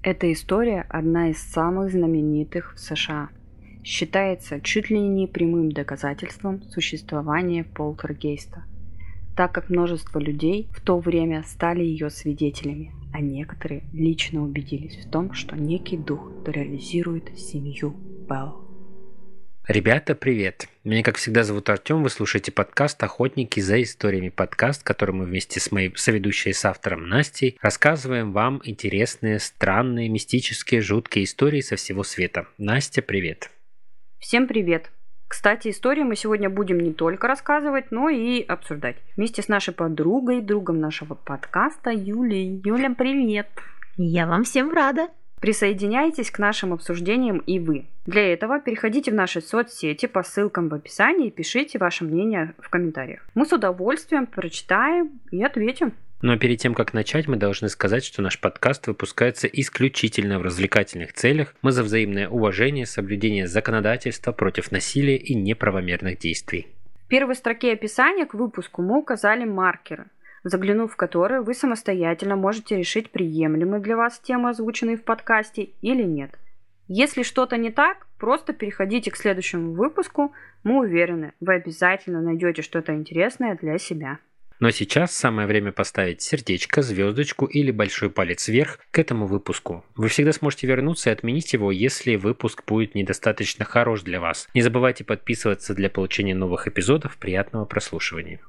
Эта история одна из самых знаменитых в США. Считается чуть ли не прямым доказательством существования полтергейста, так как множество людей в то время стали ее свидетелями, а некоторые лично убедились в том, что некий дух терроризирует семью Белл. Ребята, привет! Меня, как всегда, зовут Артем, вы слушаете подкаст «Охотники за историями», подкаст, который мы вместе с моей соведущей и соавтором Настей рассказываем вам интересные, странные, мистические, жуткие истории со всего света. Настя, привет! Всем привет! Кстати, истории мы сегодня будем не только рассказывать, но и обсуждать. Вместе с нашей подругой, другом нашего подкаста Юлей. Юля, привет! Я вам всем рада! Присоединяйтесь к нашим обсуждениям и вы. Для этого переходите в наши соцсети по ссылкам в описании и пишите ваше мнение в комментариях. Мы с удовольствием прочитаем и ответим. Но перед тем, как начать, мы должны сказать, что наш подкаст выпускается исключительно в развлекательных целях. Мы за взаимное уважение, соблюдение законодательства против насилия и неправомерных действий. В первой строке описания к выпуску мы указали маркеры, заглянув в которые вы самостоятельно можете решить, приемлемы для вас темы, озвученные в подкасте, или нет. Если что-то не так, просто переходите к следующему выпуску. Мы уверены, вы обязательно найдете что-то интересное для себя. Но сейчас самое время поставить сердечко, звездочку или большой палец вверх к этому выпуску. Вы всегда сможете вернуться и отменить его, если выпуск будет недостаточно хорош для вас. Не забывайте подписываться для получения новых эпизодов. Приятного прослушивания.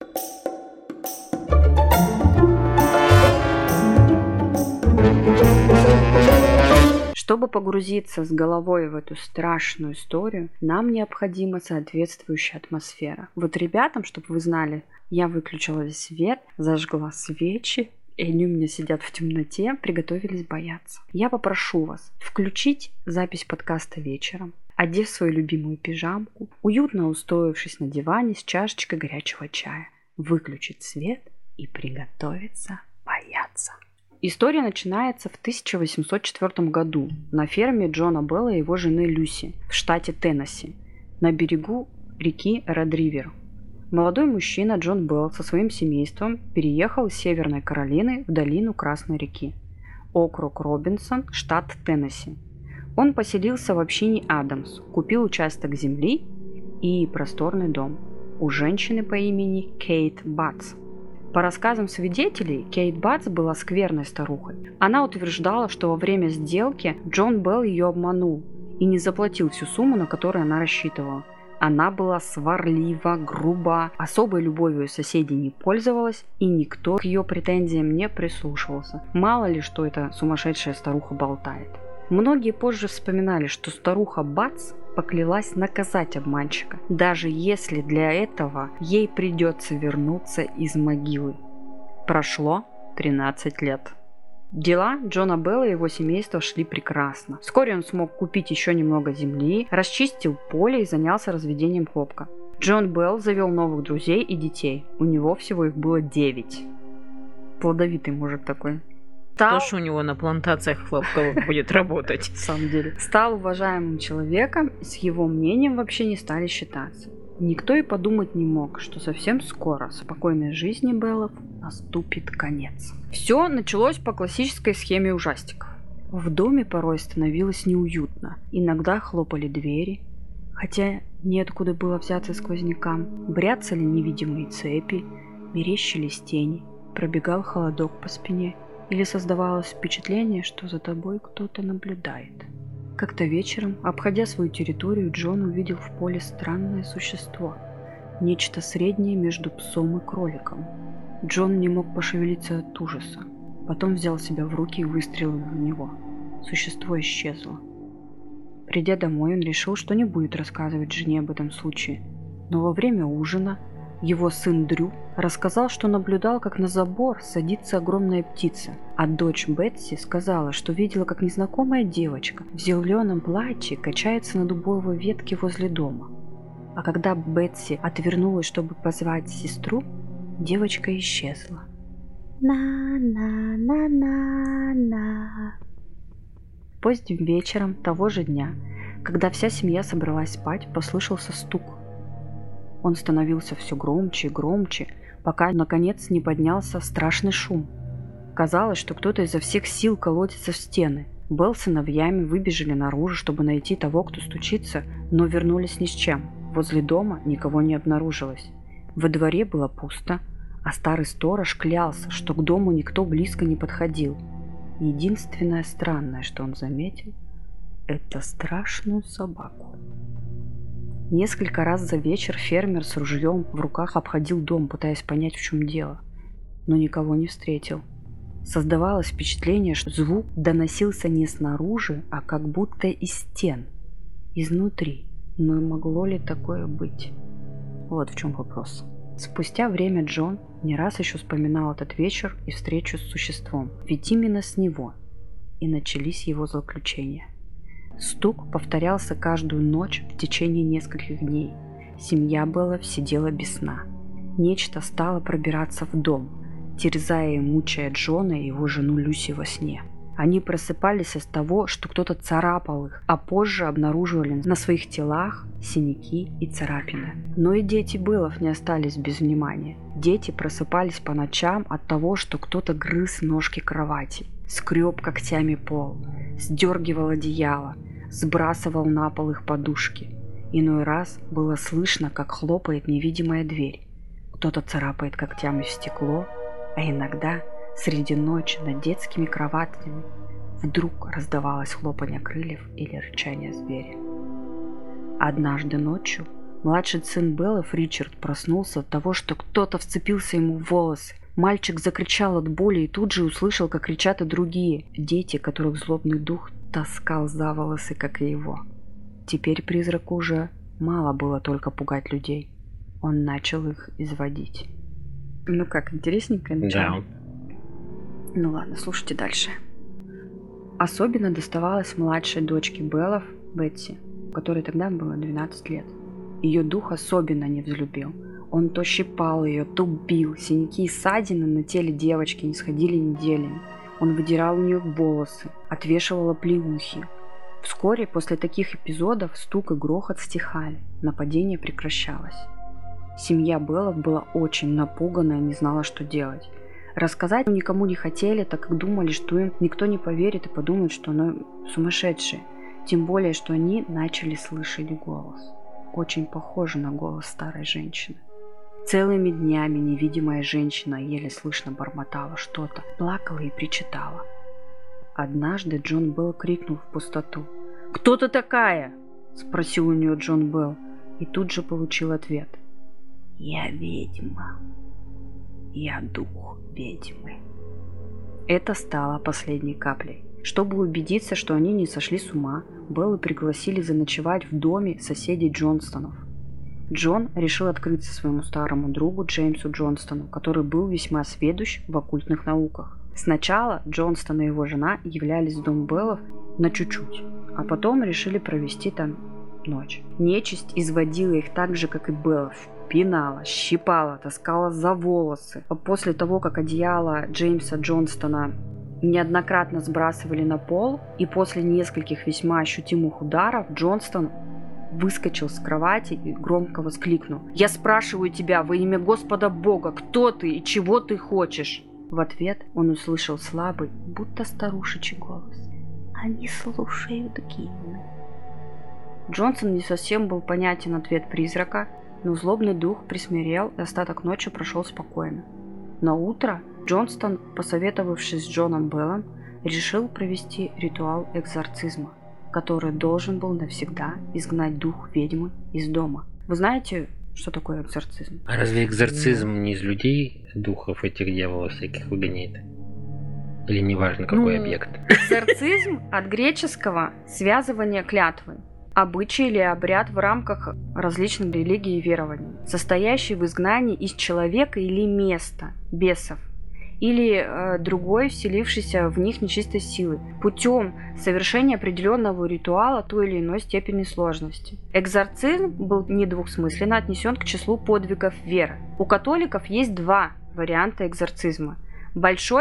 Чтобы погрузиться с головой в эту страшную историю, нам необходима соответствующая атмосфера. Вот ребятам, чтобы вы знали, я выключила весь свет, зажгла свечи, и они у меня сидят в темноте, приготовились бояться. Я попрошу вас включить запись подкаста вечером, одев свою любимую пижамку, уютно устроившись на диване с чашечкой горячего чая, выключить свет и приготовиться бояться. История начинается в 1804 году на ферме Джона Белла и его жены Люси в штате Теннесси, на берегу реки Ред-Ривер. Молодой мужчина Джон Белл со своим семейством переехал из Северной Каролины в долину Красной реки, округ Робинсон, штат Теннесси. Он поселился в общине Адамс, купил участок земли и просторный дом у женщины по имени Кейт Батс. По рассказам свидетелей, Кейт Батс была скверной старухой. Она утверждала, что во время сделки Джон Белл ее обманул и не заплатил всю сумму, на которую она рассчитывала. Она была сварлива, груба, особой любовью соседей не пользовалась, и никто к ее претензиям не прислушивался. Мало ли, что эта сумасшедшая старуха болтает. Многие позже вспоминали, что старуха Батс поклялась наказать обманщика, даже если для этого ей придется вернуться из могилы. Прошло 13 лет. Дела Джона Белла и его семейства шли прекрасно. Вскоре он смог купить еще немного земли, расчистил поле и занялся разведением хлопка. Джон Белл завел новых друзей и детей. У него всего их было 9. Плодовитый мужик такой. Кто ж у него на плантациях хлопковых будет работать? На самом деле. Стал уважаемым человеком, и с его мнением вообще не стали считаться. Никто и подумать не мог, что совсем скоро спокойной жизни Беллов наступит конец. Все началось по классической схеме ужастиков. В доме порой становилось неуютно. Иногда хлопали двери, хотя неоткуда было взяться сквознякам. Бряцали невидимые цепи, мерещились тени, пробегал холодок по спине. Или создавалось впечатление, что за тобой кто-то наблюдает. Как-то вечером, обходя свою территорию, Джон увидел в поле странное существо. Нечто среднее между псом и кроликом. Джон не мог пошевелиться от ужаса. Потом взял себя в руки и выстрелил в него. Существо исчезло. Придя домой, он решил, что не будет рассказывать жене об этом случае. Но во время ужина его сын Дрю рассказал, что наблюдал, как на забор садится огромная птица, а дочь Бетси сказала, что видела, как незнакомая девочка в зеленом платье качается на дубовой ветке возле дома. А когда Бетси отвернулась, чтобы позвать сестру, девочка исчезла. На-на-на-на-на. Поздним вечером того же дня, когда вся семья собралась спать, послышался стук. Он становился все громче и громче, пока, наконец, не поднялся страшный шум. Оказалось, что кто-то изо всех сил колотится в стены. Белл с сыновьями выбежали наружу, чтобы найти того, кто стучится, но вернулись ни с чем. Возле дома никого не обнаружилось. Во дворе было пусто, а старый сторож клялся, что к дому никто близко не подходил. Единственное странное, что он заметил, это страшную собаку. Несколько раз за вечер фермер с ружьем в руках обходил дом, пытаясь понять, в чем дело, но никого не встретил. Создавалось впечатление, что звук доносился не снаружи, а как будто из стен, изнутри. Но могло ли такое быть? Вот в чем вопрос. Спустя время Джон не раз еще вспоминал этот вечер и встречу с существом, ведь именно с него и начались его злоключения. Стук повторялся каждую ночь в течение нескольких дней. Семья Беллов сидела без сна. Нечто стало пробираться в дом, терзая и мучая Джона и его жену Люси во сне. Они просыпались от того, что кто-то царапал их, а позже обнаруживали на своих телах синяки и царапины. Но и дети Беллов не остались без внимания. Дети просыпались по ночам от того, что кто-то грыз ножки кровати, скреб когтями пол, сдергивал одеяло, сбрасывал на пол их подушки. Иной раз было слышно, как хлопает невидимая дверь. Кто-то царапает когтями в стекло, а иногда среди ночи над детскими кроватями вдруг раздавалось хлопанье крыльев или рычание зверя. Однажды ночью младший сын Беллов, Ричард, проснулся от того, что кто-то вцепился ему в волосы. Мальчик закричал от боли и тут же услышал, как кричат и другие дети, которых злобный дух таскал за волосы, как и его. Теперь призраку уже мало было только пугать людей. Он начал их изводить. Ну как, интересненькое начало? Да. Ну ладно, слушайте дальше. Особенно доставалось младшей дочке Беллов, Бетси, которой тогда было 12 лет. Ее дух особенно не взлюбил. Он то щипал ее, то бил. Синяки и ссадины на теле девочки не сходили неделями. Он выдирал у нее волосы, отвешивал оплеухи. Вскоре после таких эпизодов стук и грохот стихали, нападение прекращалось. Семья Беллов была очень напугана и не знала, что делать. Рассказать никому не хотели, так как думали, что им никто не поверит и подумает, что она сумасшедшая. Тем более, что они начали слышать голос. Очень похожий на голос старой женщины. Целыми днями невидимая женщина еле слышно бормотала что-то, плакала и причитала. Однажды Джон Белл крикнул в пустоту: «Кто ты такая?» – спросил у нее Джон Белл, и тут же получил ответ: «Я ведьма. Я дух ведьмы». Это стало последней каплей. Чтобы убедиться, что они не сошли с ума, Беллы пригласили заночевать в доме соседей Джонстонов. Джон решил открыться своему старому другу Джеймсу Джонстону, который был весьма сведущ в оккультных науках. Сначала Джонстон и его жена являлись в дом Беллов на чуть-чуть, а потом решили провести там ночь. Нечисть изводила их так же, как и Беллов. Пинала, щипала, таскала за волосы. А после того, как одеяло Джеймса Джонстона неоднократно сбрасывали на пол, и после нескольких весьма ощутимых ударов Джонстон выскочил с кровати и громко воскликнул: «Я спрашиваю тебя во имя Господа Бога, кто ты и чего ты хочешь?» В ответ он услышал слабый, будто старушечий голос: «Они слушают гимн». Джонсон не совсем был понятен ответ призрака, но злобный дух присмирел, и остаток ночи прошел спокойно. На утро Джонстон, посоветовавшись с Джоном Беллом, решил провести ритуал экзорцизма, который должен был навсегда изгнать дух ведьмы из дома. Вы знаете, что такое экзорцизм? А разве экзорцизм не из людей духов этих дьяволов всяких выгоняет? Или неважно какой объект? Экзорцизм от греческого связывание клятвы. Обычай или обряд в рамках различных религий и верований, состоящий в изгнании из человека или места бесов, или другой вселившейся в них нечистой силы, путем совершения определенного ритуала той или иной степени сложности. Экзорцизм был недвусмысленно отнесен к числу подвигов веры. У католиков есть два варианта экзорцизма: большой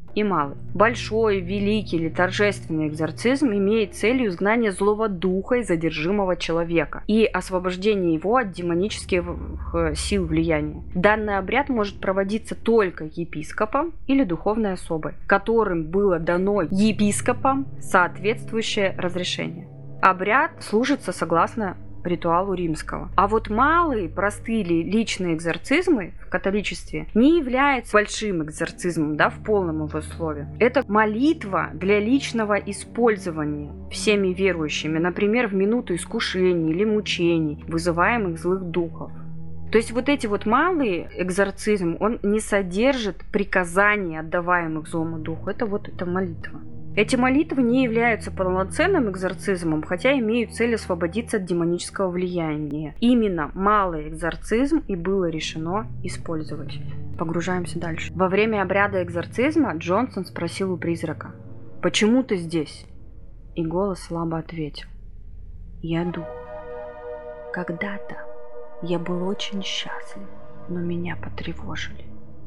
и малый. Большой, великий или торжественный экзорцизм имеет целью изгнание злого духа из задержимого человека и освобождение его от демонических сил влияния. Данный обряд может проводиться только епископом или духовной особой, которым было дано епископам соответствующее разрешение. Обряд служится согласно ритуалу римского. А вот малые, простые личные экзорцизмы в католичестве не являются большим экзорцизмом, в полном его слове. Это молитва для личного использования всеми верующими, например, в минуту искушений или мучений, вызываемых злых духов. То есть вот эти вот малые экзорцизм, он не содержит приказаний, отдаваемых злому духу. Это молитва. Эти молитвы не являются полноценным экзорцизмом, хотя имеют цель освободиться от демонического влияния. Именно малый экзорцизм и было решено использовать. Погружаемся дальше. Во время обряда экзорцизма Джонсон спросил у призрака: «Почему ты здесь?» И голос слабо ответил: «Я дух. Когда-то я был очень счастлив, но меня потревожили».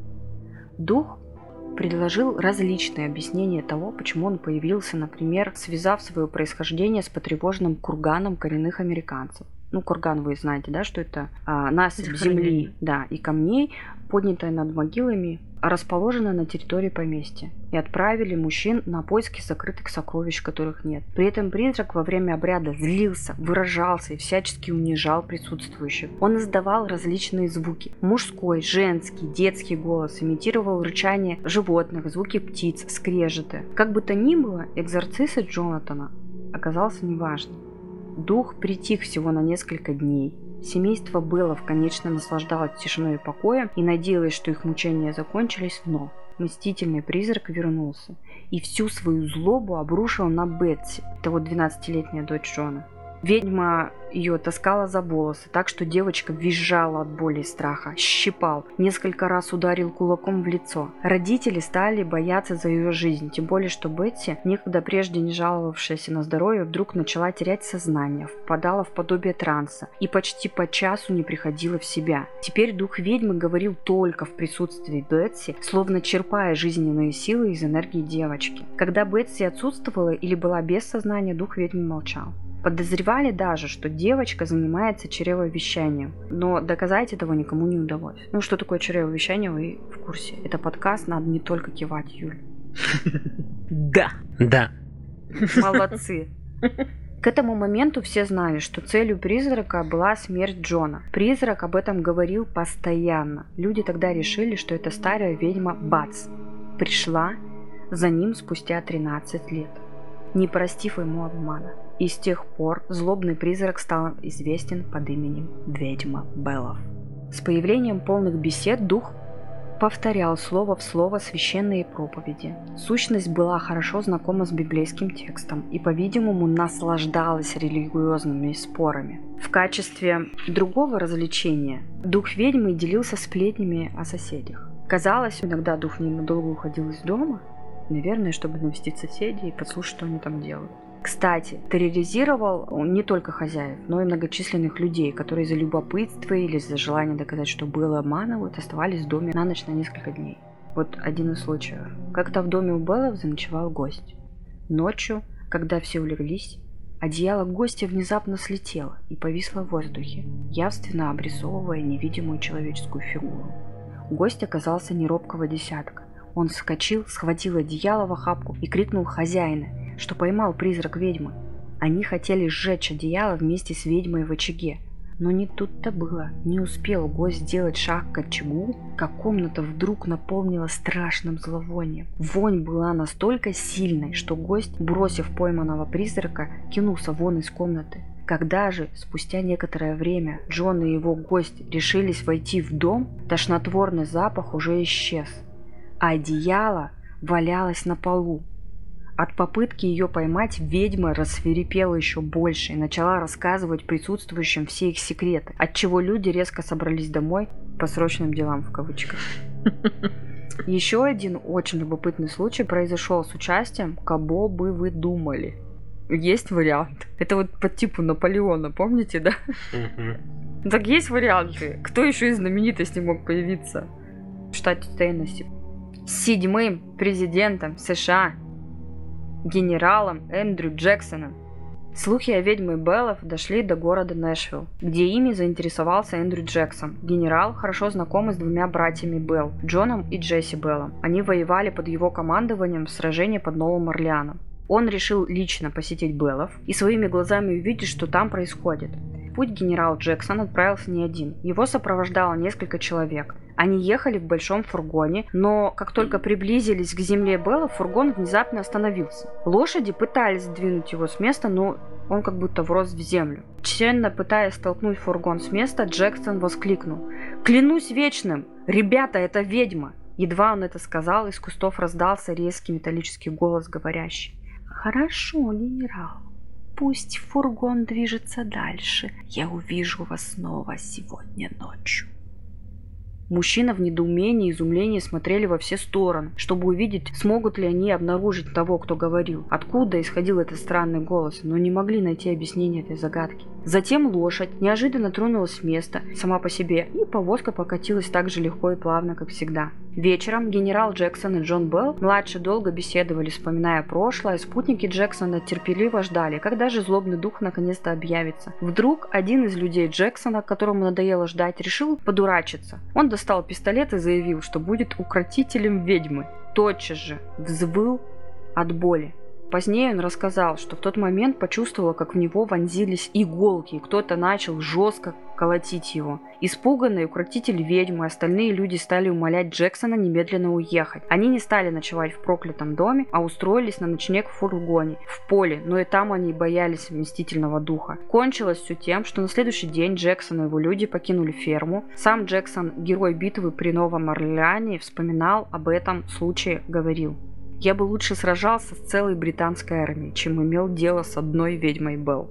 Дух предложил различные объяснения того, почему он появился, например, связав свое происхождение с потревоженным курганом коренных американцев. Курган, вы знаете, что это насыпь земли, и камней, поднятая над могилами, расположенная на территории поместья. И отправили мужчин на поиски закрытых сокровищ, которых нет. При этом призрак во время обряда злился, выражался и всячески унижал присутствующих. Он издавал различные звуки. Мужской, женский, детский голос, имитировал рычание животных, звуки птиц, скрежеты. Как бы то ни было, экзорциз Джонатана оказался неважным. Дух притих всего на несколько дней. Семейство Беллов, конечно, наслаждалось тишиной и покоем и надеялось, что их мучения закончились, но мстительный призрак вернулся и всю свою злобу обрушил на Бетси, это 12-летняя дочь Джона. Ведьма ее таскала за волосы, так что девочка визжала от боли и страха, щипал, несколько раз ударил кулаком в лицо. Родители стали бояться за ее жизнь, тем более, что Бетси, некогда прежде не жаловавшаяся на здоровье, вдруг начала терять сознание, впадала в подобие транса и почти по часу не приходила в себя. Теперь дух ведьмы говорил только в присутствии Бетси, словно черпая жизненные силы из энергии девочки. Когда Бетси отсутствовала или была без сознания, дух ведьмы молчал. Подозревали даже, что девочка занимается чревовещанием, но доказать этого никому не удалось. Что такое чревовещание, вы в курсе. Это подкаст, надо не только кивать, Юль. Да. Молодцы. К этому моменту все знали, что целью призрака была смерть Джона. Призрак об этом говорил постоянно. Люди тогда решили, что это старая ведьма Бац пришла за ним спустя 13 лет, не простив ему обмана. И с тех пор злобный призрак стал известен под именем Ведьма Беллов. С появлением полных бесед дух повторял слово в слово священные проповеди. Сущность была хорошо знакома с библейским текстом и, по-видимому, наслаждалась религиозными спорами. В качестве другого развлечения дух ведьмы делился сплетнями о соседях. Казалось, иногда дух ненадолго уходил из дома, наверное, чтобы навестить соседей и подслушать, что они там делают. Кстати, терроризировал он не только хозяев, но и многочисленных людей, которые из-за любопытства или из-за желания доказать, что Беллы обманывают, оставались в доме на ночь на несколько дней. Вот один из случаев. Как-то в доме у Беллов заночевал гость. Ночью, когда все улеглись, одеяло гостя внезапно слетело и повисло в воздухе, явственно обрисовывая невидимую человеческую фигуру. Гость оказался не робкого десятка. Он вскочил, схватил одеяло в охапку и крикнул хозяина, что поймал призрак ведьмы. Они хотели сжечь одеяло вместе с ведьмой в очаге. Но не тут-то было. Не успел гость сделать шаг к очагу, как комната вдруг наполнилась страшным зловонием. Вонь была настолько сильной, что гость, бросив пойманного призрака, кинулся вон из комнаты. Когда же, спустя некоторое время, Джон и его гость решились войти в дом, тошнотворный запах уже исчез, а одеяло валялось на полу. От попытки ее поймать ведьма рассвирепела еще больше и начала рассказывать присутствующим все их секреты, отчего люди резко собрались домой по срочным делам в кавычках. Еще один очень любопытный случай произошел с участием «Кого бы вы думали?». Есть вариант. Это вот по типу Наполеона, помните, да? Так есть варианты. Кто еще из знаменитостей мог появиться в штате Теннесси? с 7-м президентом США, генералом Эндрю Джексоном. Слухи о ведьме Беллов дошли до города Нэшвилл, где ими заинтересовался Эндрю Джексон, генерал, хорошо знакомый с двумя братьями Белл, Джоном и Джесси Беллом. Они воевали под его командованием в сражении под Новым Орлеаном. Он решил лично посетить Беллов и своими глазами увидеть, что там происходит. В путь генерал Джексон отправился не один. Его сопровождало несколько человек. Они ехали в большом фургоне, но как только приблизились к земле Беллов, фургон внезапно остановился. Лошади пытались сдвинуть его с места, но он как будто врос в землю. Тщетно пытаясь столкнуть фургон с места, Джексон воскликнул: «Клянусь вечным! Ребята, это ведьма!» Едва он это сказал, из кустов раздался резкий металлический голос, говорящий: «Хорошо, генерал. Пусть фургон движется дальше. Я увижу вас снова сегодня ночью». Мужчины в недоумении и изумлении смотрели во все стороны, чтобы увидеть, смогут ли они обнаружить того, кто говорил, откуда исходил этот странный голос, но не могли найти объяснение этой загадки. Затем лошадь неожиданно тронулась с места сама по себе, и повозка покатилась так же легко и плавно, как всегда. Вечером генерал Джексон и Джон Белл младшие долго беседовали, вспоминая прошлое. Спутники Джексона терпеливо ждали, когда же злобный дух наконец-то объявится. Вдруг один из людей Джексона, которому надоело ждать, решил подурачиться. Он достал пистолет и заявил, что будет укротителем ведьмы. Тотчас же взвыл от боли. Позднее он рассказал, что в тот момент почувствовал, как в него вонзились иголки, и кто-то начал жестко колотить его. Испуганный укротитель ведьмы, остальные люди стали умолять Джексона немедленно уехать. Они не стали ночевать в проклятом доме, а устроились на ночлег в фургоне, в поле, но и там они боялись мстительного духа. Кончилось все тем, что на следующий день Джексон и его люди покинули ферму. Сам Джексон, герой битвы при Новом Орлеане, вспоминал об этом случае, говорил: «Я бы лучше сражался с целой британской армией, чем имел дело с одной ведьмой Белл».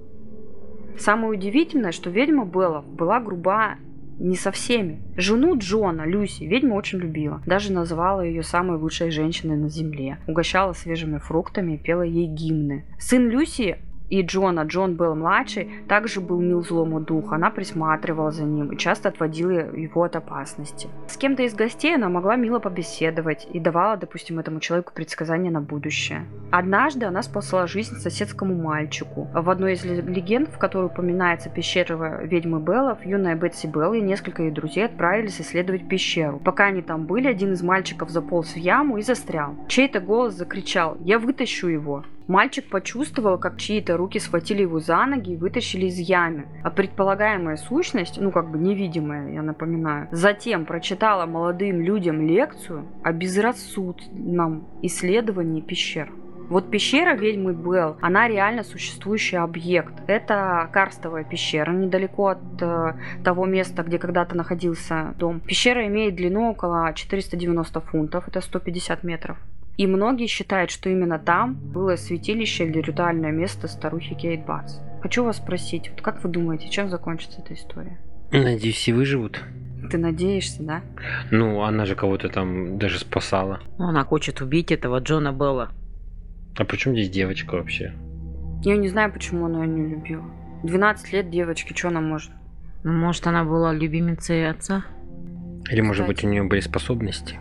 Самое удивительное, что ведьма Беллов была груба не со всеми. Жену Джона, Люси, ведьма очень любила. Даже называла ее самой лучшей женщиной на земле. Угощала свежими фруктами и пела ей гимны. Сын Люси и Джона, Джон Белл-младший, также был мил злому духу. Она присматривала за ним и часто отводила его от опасности. С кем-то из гостей она могла мило побеседовать и давала, допустим, этому человеку предсказания на будущее. Однажды она спасла жизнь соседскому мальчику. В одной из легенд, в которой упоминается пещера ведьмы Беллов, юная Бетси Белл и несколько ее друзей отправились исследовать пещеру. Пока они там были, один из мальчиков заполз в яму и застрял. Чей-то голос закричал: «Я вытащу его!» Мальчик почувствовал, как чьи-то руки схватили его за ноги и вытащили из ямы. А предполагаемая сущность, невидимая, я напоминаю, затем прочитала молодым людям лекцию о безрассудном исследовании пещер. Вот пещера ведьмы Белл, она реально существующий объект. Это карстовая пещера, недалеко от того места, где когда-то находился дом. Пещера имеет длину около 490 фунтов, это 150 метров. И многие считают, что именно там было святилище или ритуальное место старухи Кейт Батс. Хочу вас спросить, вот как вы думаете, чем закончится эта история? Надеюсь, все выживут. Ты надеешься, да? Она же кого-то там даже спасала. Она хочет убить этого Джона Белла. А при чем здесь девочка вообще? Я не знаю, почему она ее не любила. 12 лет девочки, что она может? Может, она была любимицей отца? Или, может быть, у нее были способности?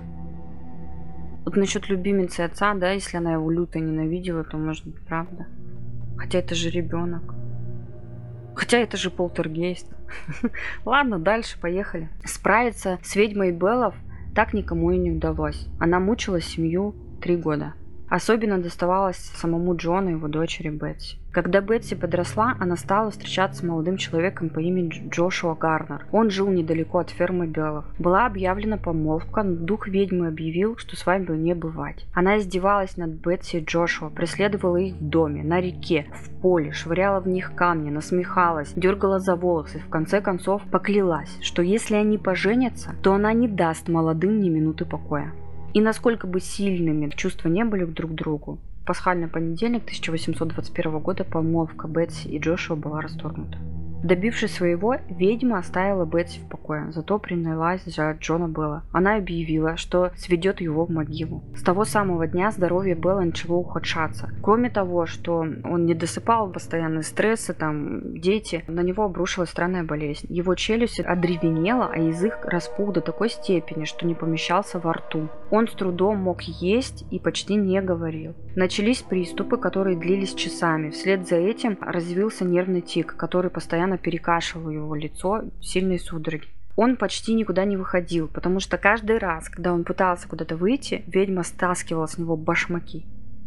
Вот насчет любимицы отца, да, если она его люто ненавидела, то может быть правда. Хотя это же ребенок. Хотя это же полтергейст. Ладно, дальше, поехали. Справиться с ведьмой Беллов так никому и не удалось. Она мучила семью 3 года. Особенно доставалось самому Джону и его дочери Бетси. Когда Бетси подросла, она стала встречаться с молодым человеком по имени Джошуа Гарнер. Он жил недалеко от фермы Беллов. Была объявлена помолвка, но дух ведьмы объявил, что свадьбы не бывать. Она издевалась над Бетси и Джошуа, преследовала их в доме, на реке, в поле, швыряла в них камни, насмехалась, дергала за волосы и в конце концов поклялась, что если они поженятся, то она не даст молодым ни минуты покоя. И насколько бы сильными чувства не были друг к другу, в пасхальный понедельник 1821 года помолвка Бетси и Джошуа была расторгнута. Добившись своего, ведьма оставила Бетси в покое, зато принялась за Джона Белла. Она объявила, что сведет его в могилу. С того самого дня здоровье Белла начало ухудшаться. Кроме того, что он не досыпал, постоянные стрессы, дети, на него обрушилась странная болезнь. Его челюсть одревенела, а язык распух до такой степени, что не помещался во рту. Он с трудом мог есть и почти не говорил. Начались приступы, которые длились часами. Вслед за этим развился нервный тик, который постоянно перекашивал его лицо, сильные судороги. Он почти никуда не выходил, потому что каждый раз, когда он пытался куда-то выйти, ведьма стаскивала с него башмаки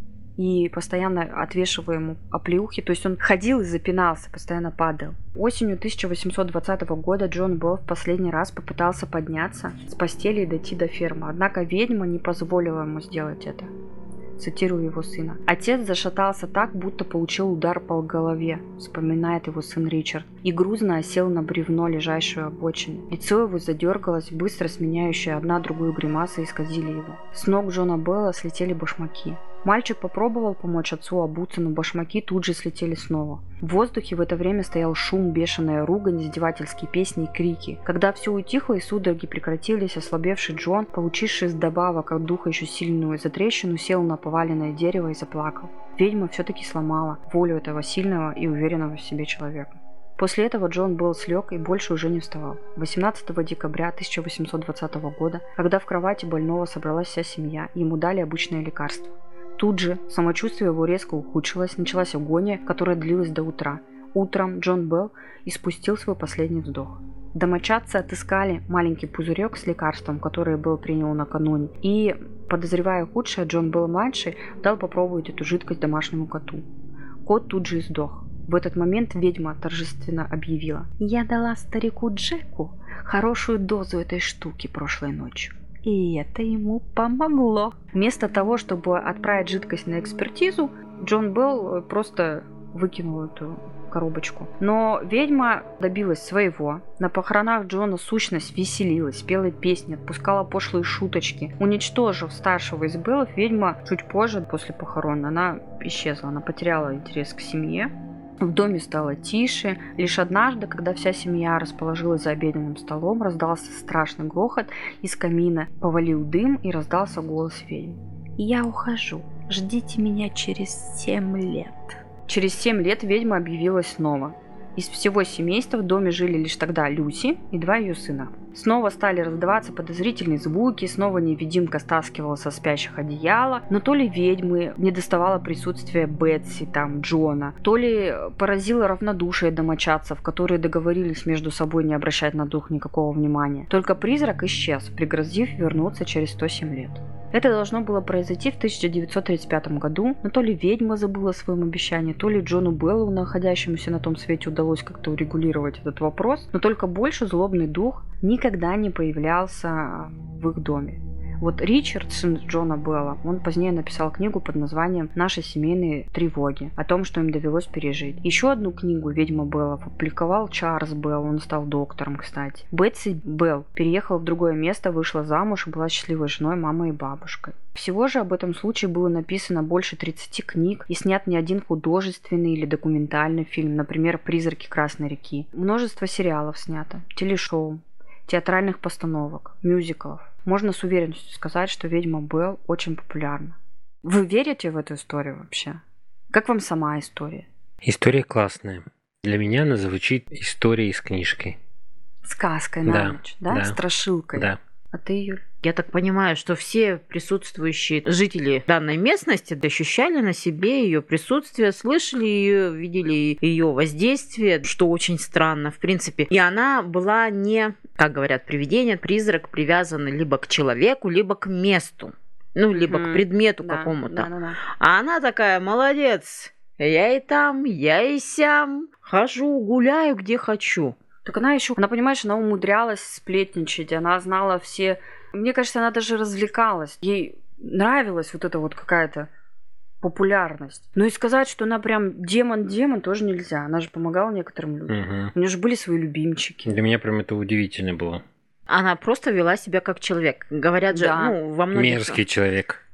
и постоянно отвешивая ему оплеухи. То есть он ходил и запинался, постоянно падал. Осенью 1820 года Джон Белл в последний раз попытался подняться с постели и дойти до фермы, однако ведьма не позволила ему сделать это. Цитирую его сына. «Отец зашатался так, будто получил удар по голове», вспоминает его сын Ричард, и грузно осел на бревно, лежащее у обочины. Лицо его задергалось, быстро сменяющие одна другую гримасы исказили его. С ног Джона Белла слетели башмаки. Мальчик попробовал помочь отцу обуться, но башмаки тут же слетели снова. В воздухе в это время стоял шум, бешеная ругань, издевательские песни и крики. Когда все утихло и судороги прекратились, ослабевший Джон, получивший добавок от духа еще сильную затрещину, сел на поваленное дерево и заплакал. Ведьма все-таки сломала волю этого сильного и уверенного в себе человека. После этого Джон Белл слег и больше уже не вставал. 18 декабря 1820 года, когда в кровати больного собралась вся семья, ему дали обычное лекарство. Тут же самочувствие его резко ухудшилось, началась агония, которая длилась до утра. Утром Джон Белл испустил свой последний вздох. Домочадцы отыскали маленький пузырек с лекарством, которое Белл принял накануне, и, подозревая худшее, Джон Белл-младший дал попробовать эту жидкость домашнему коту. Кот тут же издох. В этот момент ведьма торжественно объявила: «Я дала старику Джеку хорошую дозу этой штуки прошлой ночью. И это ему помогло». Вместо того, чтобы отправить жидкость на экспертизу, Джон Белл просто выкинул эту коробочку. Но ведьма добилась своего. На похоронах Джона сущность веселилась, пела песни, отпускала пошлые шуточки. Уничтожив старшего из Беллов, ведьма чуть позже, после похорон, она исчезла. Она потеряла интерес к семье. В доме стало тише. Лишь однажды, когда вся семья расположилась за обеденным столом, раздался страшный грохот, из камина повалил дым и раздался голос ведьмы: «Я ухожу. Ждите меня через 7 лет». Через 7 лет ведьма объявилась снова. Из всего семейства в доме жили лишь тогда Люси и 2 ее сына. Снова стали раздаваться подозрительные звуки, снова невидимка стаскивала со спящих одеяла, но то ли ведьмы не доставало присутствия Бетси, Джона, то ли поразило равнодушие домочадцев, которые договорились между собой не обращать на дух никакого внимания. Только призрак исчез, пригрозив вернуться через 107 лет. Это должно было произойти в 1935 году, но то ли ведьма забыла о своем обещании, то ли Джону Беллу, находящемуся на том свете, удалось как-то урегулировать этот вопрос, но только больше злобный дух никогда не появлялся в их доме. Вот Ричард, сын Джона Белла, он позднее написал книгу под названием «Наши семейные тревоги», о том, что им довелось пережить. Еще одну книгу «Ведьма Белла» опубликовал Чарльз Белл, он стал доктором, кстати. Бетси Белл переехала в другое место, вышла замуж и была счастливой женой, мамой и бабушкой. Всего же об этом случае было написано больше 30 книг и снят не один художественный или документальный фильм, например, «Призраки Красной реки». Множество сериалов снято, телешоу, театральных постановок, мюзиклов. Можно с уверенностью сказать, что «Ведьма Белл» очень популярна. Вы верите в эту историю вообще? Как вам сама история? История классная. Для меня она звучит историей из книжки. Сказкой на ночь, да? Да. Страшилкой. Да. А ты, Юль? Я так понимаю, что все присутствующие жители данной местности ощущали на себе ее присутствие, слышали ее, видели ее воздействие, что очень странно, в принципе. И она была не, как говорят, привидение, призрак, привязан либо к человеку, либо к месту, либо к предмету какому-то. Да. А она такая: молодец, я и там, я и сям, хожу, гуляю, где хочу. Так она, понимаешь, она умудрялась сплетничать, она знала все... Мне кажется, она даже развлекалась. Ей нравилась вот эта вот какая-то популярность. Но и сказать, что она прям демон, тоже нельзя. Она же помогала некоторым людям. Угу. У нее же были свои любимчики. Для меня прям это удивительно было. Она просто вела себя как человек. Говорят же, во многих... Мерзкий человек.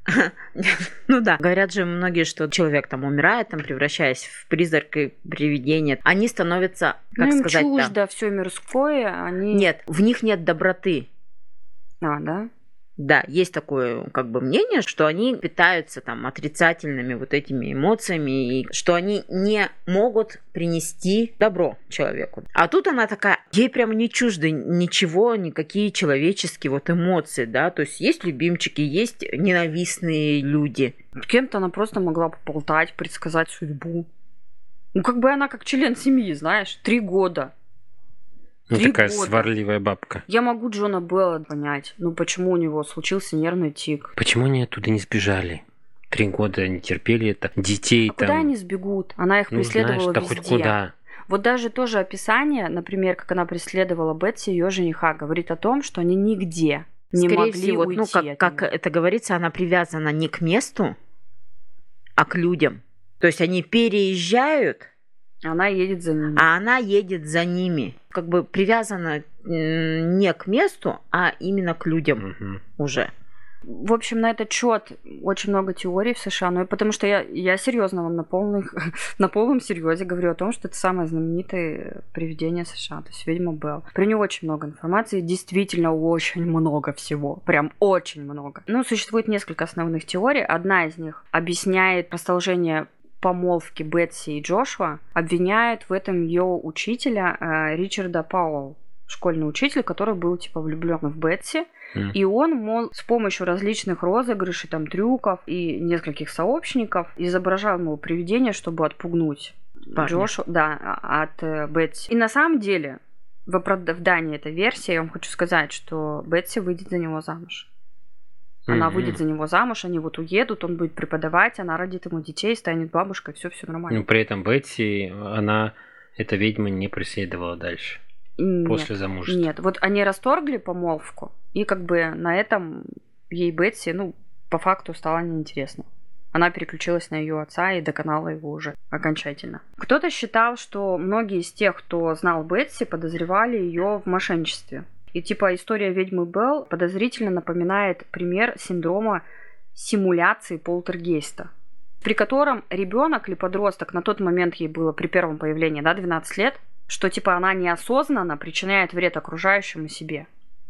Ну да, говорят же многие, что человек там умирает, там превращаясь в призрак и привидение. Они становятся, как им сказать, чуждо все мирское, они... Нет, в них нет доброты. Да? Да, есть такое как бы мнение, что они питаются там отрицательными вот этими эмоциями, и что они не могут принести добро человеку. А тут она такая, ей прямо не чужды ничего, никакие человеческие вот эмоции, да, то есть есть любимчики, есть ненавистные люди. С кем-то она просто могла поболтать, предсказать судьбу. Ну, как бы она как член семьи, знаешь, 3 года. Ну, 3 такая года. сварливая бабка. Я могу Джона Белла понять, ну почему у него случился нервный тик. Почему они оттуда не сбежали? 3 года они терпели это. Детей А там... куда они сбегут? Она их преследовала знаешь, да везде. хоть куда. Вот даже тоже описание, например, как она преследовала Бетси, ее жениха, говорит о том, что они нигде не Скорее могли всего, уйти ну, от как него. это говорится, она привязана не к месту, а к людям. То есть они переезжают, Она едет за ними. а она едет за ними. Как бы привязана не к месту, а именно к людям уже. В общем, на этот счет очень много теорий в США, но потому что я серьезно вам на полном серьезе говорю о том, что это самое знаменитое привидение США, то есть ведьма Белл. Про нее очень много информации, действительно очень много всего, прям очень много. Ну, существует несколько основных теорий. Одна из них объясняет продолжение помолвки Бетси и Джошуа, обвиняет в этом ее учителя Ричарда Пауэлл, школьный учитель, который был типа влюблен в Бетси. И он, мол, с помощью различных розыгрышей, там, трюков и нескольких сообщников изображал, мол, привидение, чтобы отпугнуть Джошу, от Бетси. И на самом деле, в оправдании этой версии, я вам хочу сказать, что Бетси выйдет за него замуж. Она выйдет за него замуж, они вот уедут, он будет преподавать, она родит ему детей, станет бабушкой, все нормально. Но при этом Бетси, эта ведьма не преследовала дальше. После замужества. Нет, вот они расторгли помолвку, и как бы на этом ей Бетси, по факту стало неинтересно. Она переключилась на ее отца и доконала его уже окончательно. Кто-то считал, что многие из тех, кто знал Бетси, подозревали ее в мошенничестве. И типа история ведьмы Белл подозрительно напоминает пример синдрома симуляции полтергейста, при котором ребенок или подросток, на тот момент ей было при первом появлении, 12 лет, что типа она неосознанно причиняет вред окружающим и себе.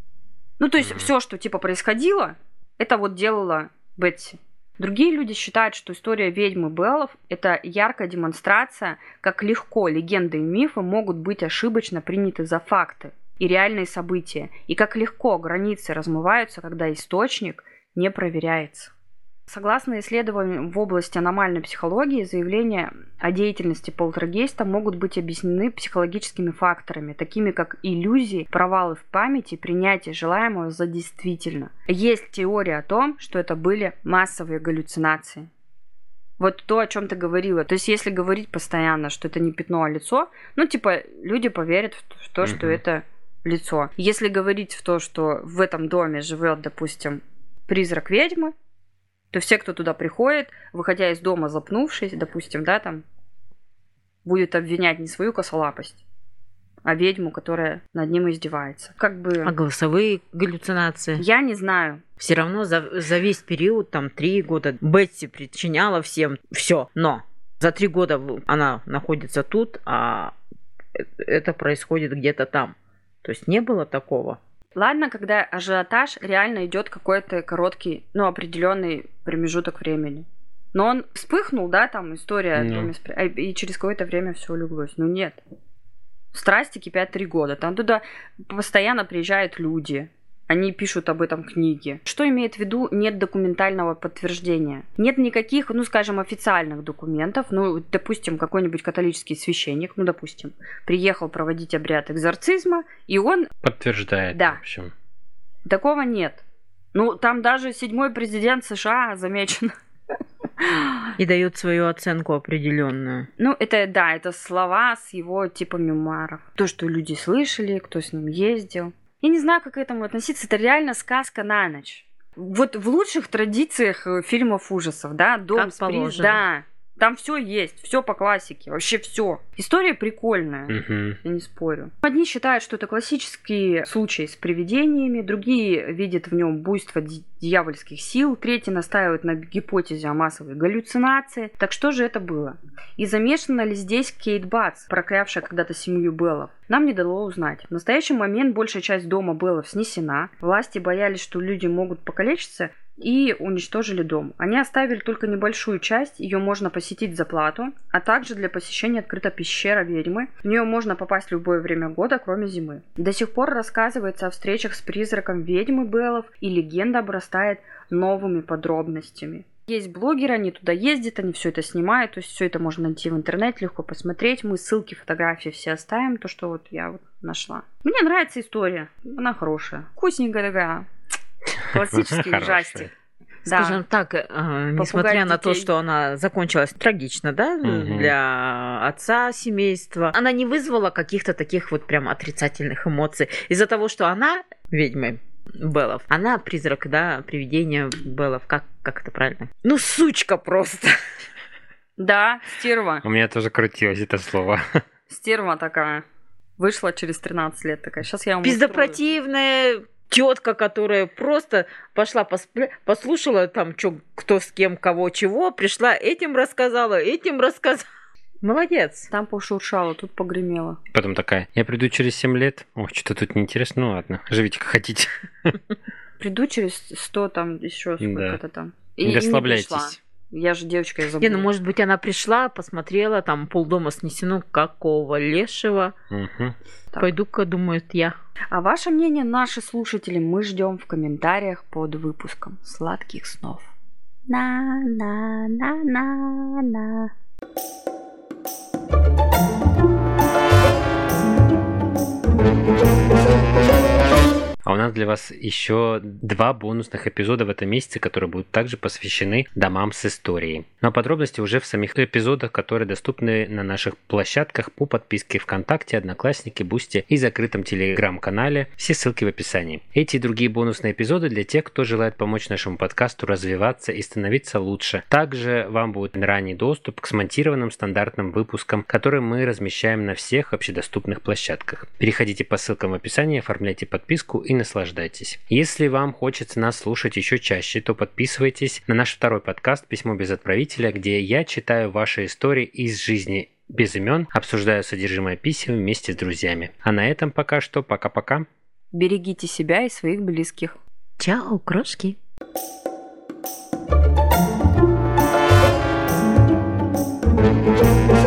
То есть все, что типа происходило, это вот делала Бетси. Другие люди считают, что история ведьмы Беллов – это яркая демонстрация, как легко легенды и мифы могут быть ошибочно приняты за факты и реальные события, и как легко границы размываются, когда источник не проверяется. Согласно исследованиям в области аномальной психологии, заявления о деятельности полтергейста могут быть объяснены психологическими факторами, такими как иллюзии, провалы в памяти, принятие желаемого за действительно. Есть теория о том, что это были массовые галлюцинации. Вот то, о чем ты говорила. То есть, если говорить постоянно, что это не пятно, а лицо, люди поверят в то, что это лицо. Если говорить в то, что в этом доме живет, допустим, призрак ведьмы, то все, кто туда приходит, выходя из дома запнувшись, допустим, будет обвинять не свою косолапость, а ведьму, которая над ним издевается. А голосовые галлюцинации? Я не знаю. Все равно за весь период, 3 года, Бетси причиняла всем все. Но за 3 года она находится тут, а это происходит где-то там. То есть не было такого. Ладно, когда ажиотаж реально идет какой-то короткий, определенный промежуток времени. Но он вспыхнул, история, и через какое-то время все улеглось. Нет. Страсти кипят 3 года. Там туда постоянно приезжают люди. Они пишут об этом книги. Что имеет в виду нет документального подтверждения? Нет никаких, официальных документов. Допустим, какой-нибудь католический священник, приехал проводить обряд экзорцизма, и он... Подтверждает, да. В общем. Такого нет. Там даже 7-й президент США замечен. И дает свою оценку определенную. Это слова с его типа мемуаров. То, что люди слышали, кто с ним ездил. Я не знаю, как к этому относиться. Это реально сказка на ночь. Вот в лучших традициях фильмов ужасов, дом как с положено. Да. Там все есть, все по классике, вообще все. История прикольная, я не спорю. Одни считают, что это классический случай с привидениями, другие видят в нем буйство дьявольских сил, третьи настаивают на гипотезе о массовой галлюцинации. Так что же это было? И замешана ли здесь Кейт Батс, проклявшая когда-то семью Беллов? Нам не дало узнать. В настоящий момент большая часть дома Беллов снесена. Власти боялись, что люди могут покалечиться, и уничтожили дом. Они оставили только небольшую часть, ее можно посетить за плату, а также для посещения открыта пещера ведьмы. В нее можно попасть в любое время года, кроме зимы. До сих пор рассказывается о встречах с призраком ведьмы Беллов, и легенда обрастает новыми подробностями. Есть блогеры, они туда ездят, они все это снимают, то есть все это можно найти в интернете, легко посмотреть. Мы ссылки, фотографии все оставим, то, что вот я вот нашла. Мне нравится история, она хорошая, вкусненькая такая. Классический ужастик. Скажем так, несмотря на то, что она закончилась трагично, да, для отца семейства, она не вызвала каких-то таких вот прям отрицательных эмоций. Из-за того, что она ведьма Беллов, она призрак, да, привидение Беллов. Как это правильно? Ну, сучка просто. Да, стерва. У меня тоже крутилось это слово. Стерва такая. Вышла через 13 лет такая. Сейчас я вам пиздопротивная тетка, которая просто пошла послушала там, кто с кем, кого, чего, пришла, этим рассказала. Молодец. Там пошуршала, тут погремела. Потом такая, я приду через 7 лет. О, что-то тут неинтересно. Ну ладно, живите как хотите. Приду через 100 там, еще сколько-то там. И расслабляйтесь. Я же девочка, я забыла. Ну, может быть, она пришла, посмотрела, там полдома снесено, какого лешего. Пойду-ка, думает я. А ваше мнение, наши слушатели, мы ждем в комментариях под выпуском. Сладких снов. На-на-на-на-на. А у нас для вас еще 2 бонусных эпизода в этом месяце, которые будут также посвящены домам с историей. Но подробности уже в самих эпизодах, которые доступны на наших площадках по подписке ВКонтакте, Одноклассники, Бусти и закрытом телеграм-канале. Все ссылки в описании. Эти и другие бонусные эпизоды для тех, кто желает помочь нашему подкасту развиваться и становиться лучше. Также вам будет ранний доступ к смонтированным стандартным выпускам, которые мы размещаем на всех общедоступных площадках. Переходите по ссылкам в описании, оформляйте подписку и наслаждайтесь. Если вам хочется нас слушать еще чаще, то подписывайтесь на наш второй подкаст «Письмо без отправителя», где я читаю ваши истории из жизни без имен, обсуждаю содержимое писем вместе с друзьями. А на этом пока что. Пока-пока. Берегите себя и своих близких. Чао, крошки. Thank you.